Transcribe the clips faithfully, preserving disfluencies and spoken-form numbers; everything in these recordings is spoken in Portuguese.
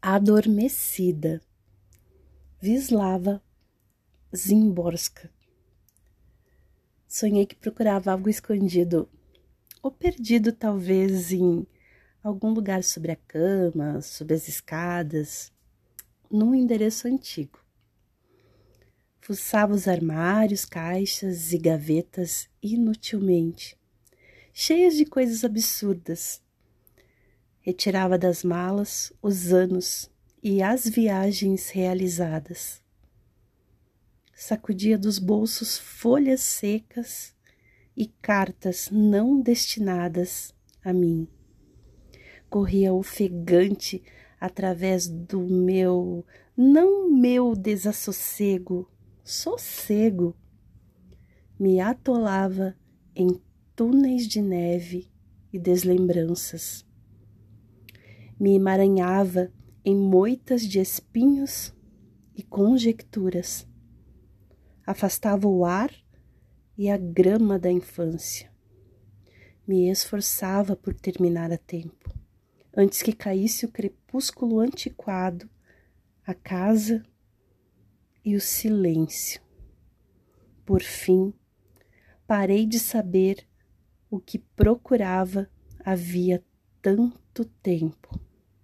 Adormecida, Wisława Szymborska. Sonhei que procurava algo escondido, ou perdido talvez em algum lugar sobre a cama, sob as escadas, num endereço antigo. Fuçava os armários, caixas e gavetas inutilmente, cheias de coisas absurdas. Retirava das malas os anos e as viagens realizadas. Sacudia dos bolsos folhas secas e cartas não destinadas a mim. Corria ofegante através do meu, não meu desassossego, sossego. Me atolava em túneis de neve e deslembranças. Me emaranhava em moitas de espinhos e conjecturas. Afastava o ar e a grama da infância. Me esforçava por terminar a tempo, antes que caísse o crepúsculo antiquado, a casa e o silêncio. Por fim, parei de saber o que procurava havia tanto tempo.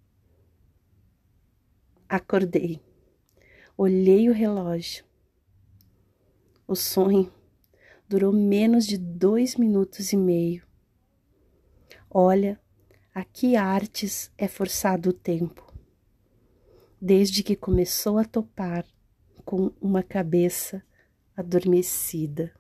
Acordei, olhei o relógio. O sonho durou menos de dois minutos e meio. Olha, a que artes é forçado o tempo, desde que começou a topar com uma cabeça adormecida.